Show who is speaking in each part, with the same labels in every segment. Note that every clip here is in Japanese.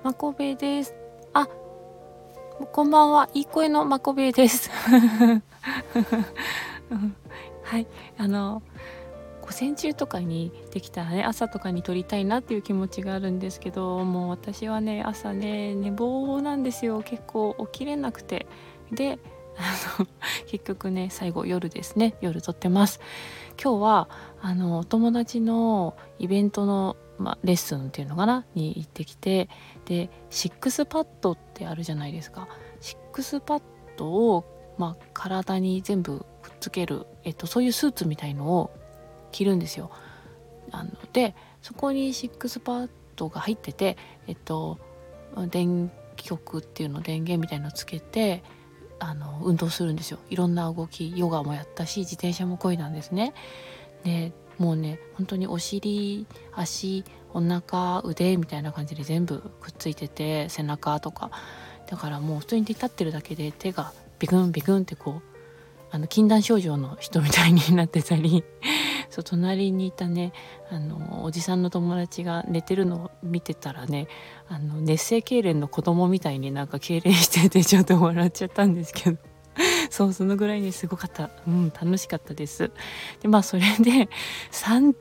Speaker 1: まこべです。あ、こんばんは。いい声のまこべです。はい、午前中とかにできたらね、朝とかに撮りたいなっていう気持ちがあるんですけど、もう私はね、朝ね、寝坊なんですよ。結構起きれなくて。で、結局ね、最後夜ですね。夜撮ってます。今日はお友達のイベントの、レッスンっていうのかなに行ってきて、でシックスパッドってあるじゃないですか。シックスパッドを、体に全部くっつける、そういうスーツみたいのを着るんですよ。でそこにシックスパッドが入ってて、電極っていうの電源みたいのをつけて運動するんですよ。いろんな動き、ヨガもやったし自転車も漕いだんですね。でもうね、本当にお尻、足、お腹、腕みたいな感じで全部くっついてて、背中とかだからもう普通に立ってるだけで手がビクンビクンってこう禁断症状の人みたいになってたりそう隣にいたねおじさんの友達が寝てるのを見てたらね、熱性痙攣の子供みたいになんか痙攣しててちょっと笑っちゃったんですけどそうそのぐらいにすごかった、楽しかったです。でそれで散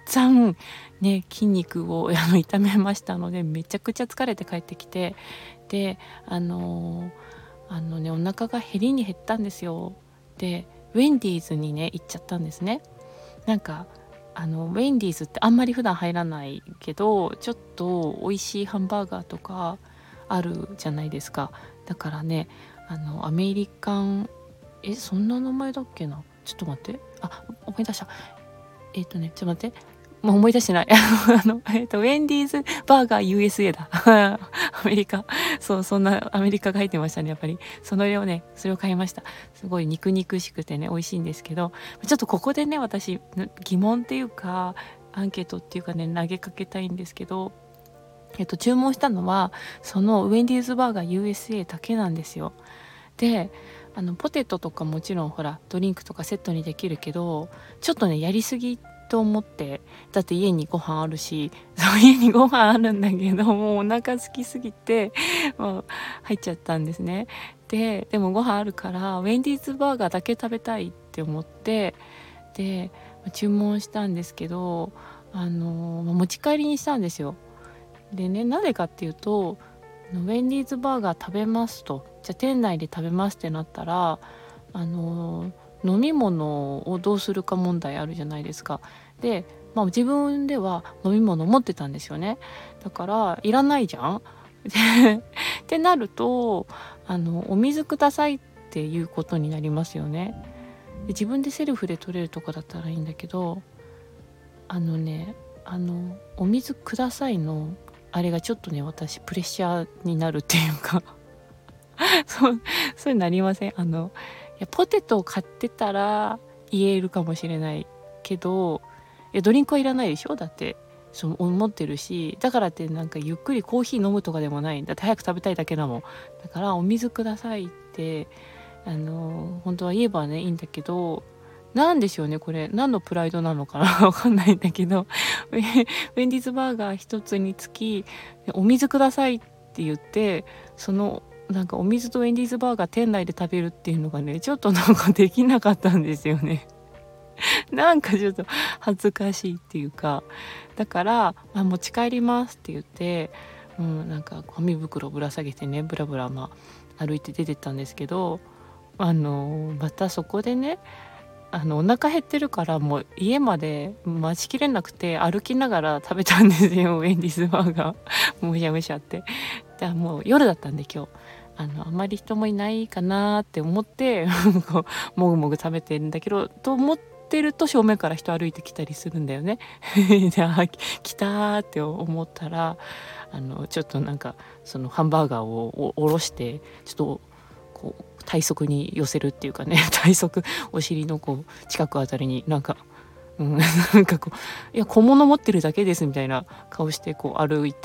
Speaker 1: 々ね筋肉を痛めましたので、めちゃくちゃ疲れて帰ってきて、でお腹が減りに減ったんですよ。でウェンディーズにね行っちゃったんですね。なんかウェンディーズってあんまり普段入らないけど、ちょっと美味しいハンバーガーとかあるじゃないですか。だからねアメリカンそんな名前だっけな、ちょっと待って、思い出した。ちょっと待って、もう思い出してないウェンディーズバーガー USA だアメリカ、そう、そんなアメリカが入ってましたね。やっぱりそれを買いました。すごい肉々しくてね美味しいんですけど、ちょっとここでね私疑問っていうかアンケートっていうかね投げかけたいんですけど、注文したのはそのウェンディーズバーガー USA だけなんですよ。でポテトとかもちろんほらドリンクとかセットにできるけど、ちょっとねやりすぎと思って、だって家にご飯あるし、そう家にご飯あるんだけどもうお腹空きすぎてもう入っちゃったんですね。でもご飯あるからウェンディーズバーガーだけ食べたいって思って、で注文したんですけど持ち帰りにしたんですよ。でね、なぜかっていうとウェンディーズバーガー食べますと、じゃあ店内で食べますってなったら飲み物をどうするか問題あるじゃないですか。で、自分では飲み物持ってたんですよね。だからいらないじゃんってなるとお水くださいっていうことになりますよね。で自分でセルフで取れるとこだったらいいんだけど、お水くださいのあれがちょっとね私プレッシャーになるっていうかそうなりません？いやポテトを買ってたら言えるかもしれないけど、ドリンクはいらないでしょ、だってそう思ってるし、だからってなんかゆっくりコーヒー飲むとかでもないんだって、早く食べたいだけだもん。だからお水くださいって本当は言えばねいいんだけど、なんでしょうね、これ何のプライドなのかなわかんないんだけどウェンディーズバーガー一つにつきお水くださいって言って、そのなんかお水とウェンディーズバーガー店内で食べるっていうのがねちょっとなんかできなかったんですよねなんかちょっと恥ずかしいっていうか、だから、持ち帰りますって言って、なんかゴミ袋ぶら下げてねブラブラ歩いて出てったんですけど、またそこでねお腹減ってるからもう家まで待ちきれなくて歩きながら食べたんですよウェンディーズバーガーむしゃむしゃって。でもう夜だったんで今日あんまり人もいないかなって思ってこうもぐもぐ食べてるんだけどと思ってると正面から人歩いてきたりするんだよねで来たーって思ったらちょっとなんかそのハンバーガーを下ろしてちょっとこう体側に寄せるっていうかね体側お尻のこう近くあたりになんか、なんかこういや小物持ってるだけですみたいな顔してこう歩いて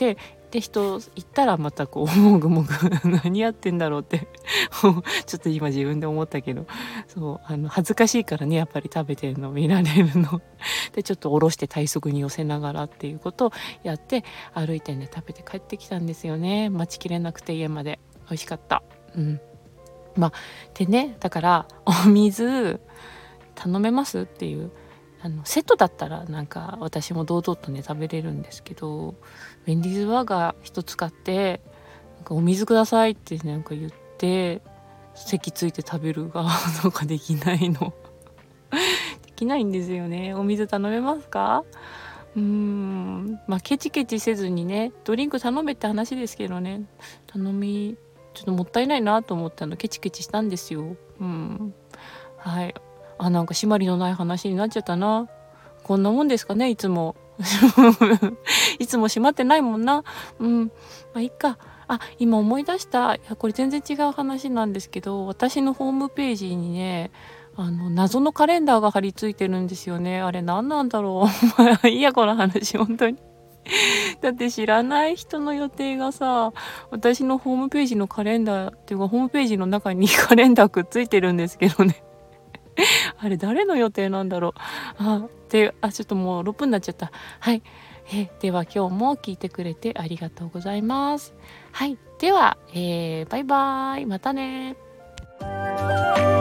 Speaker 1: で人行ったらまたこうもぐもぐ何やってんだろうってちょっと今自分で思ったけど、そう恥ずかしいからね、やっぱり食べてるの見られるので、ちょっと下ろして体側に寄せながらっていうことをやって歩いてね食べて帰ってきたんですよね。待ちきれなくて家まで。美味しかった。まあでね、だからお水頼めますっていう、セットだったらなんか私も堂々とね食べれるんですけど、ウェンディーズバーガー一つ買ってなんかお水くださいってなんか言って席ついて食べるがなんかできないのできないんですよね。お水頼めますか？まあケチケチせずにねドリンク頼めって話ですけどね、ちょっともったいないなと思ったのケチケチしたんですよ。はい。なんか締まりのない話になっちゃったな。こんなもんですかね、いつも。いつも閉まってないもんな。まあいいか。今思い出した。いや、これ全然違う話なんですけど、私のホームページにね、謎のカレンダーが貼り付いてるんですよね。あれ何なんだろう。いいや、この話、本当に。だって知らない人の予定がさ、私のホームページのカレンダーっていうか、ホームページの中にカレンダーくっついてるんですけどね。あれ誰の予定なんだろう。ちょっともう6分になっちゃった。はい。では今日も聞いてくれてありがとうございます。はい。では、バイバーイ。またね。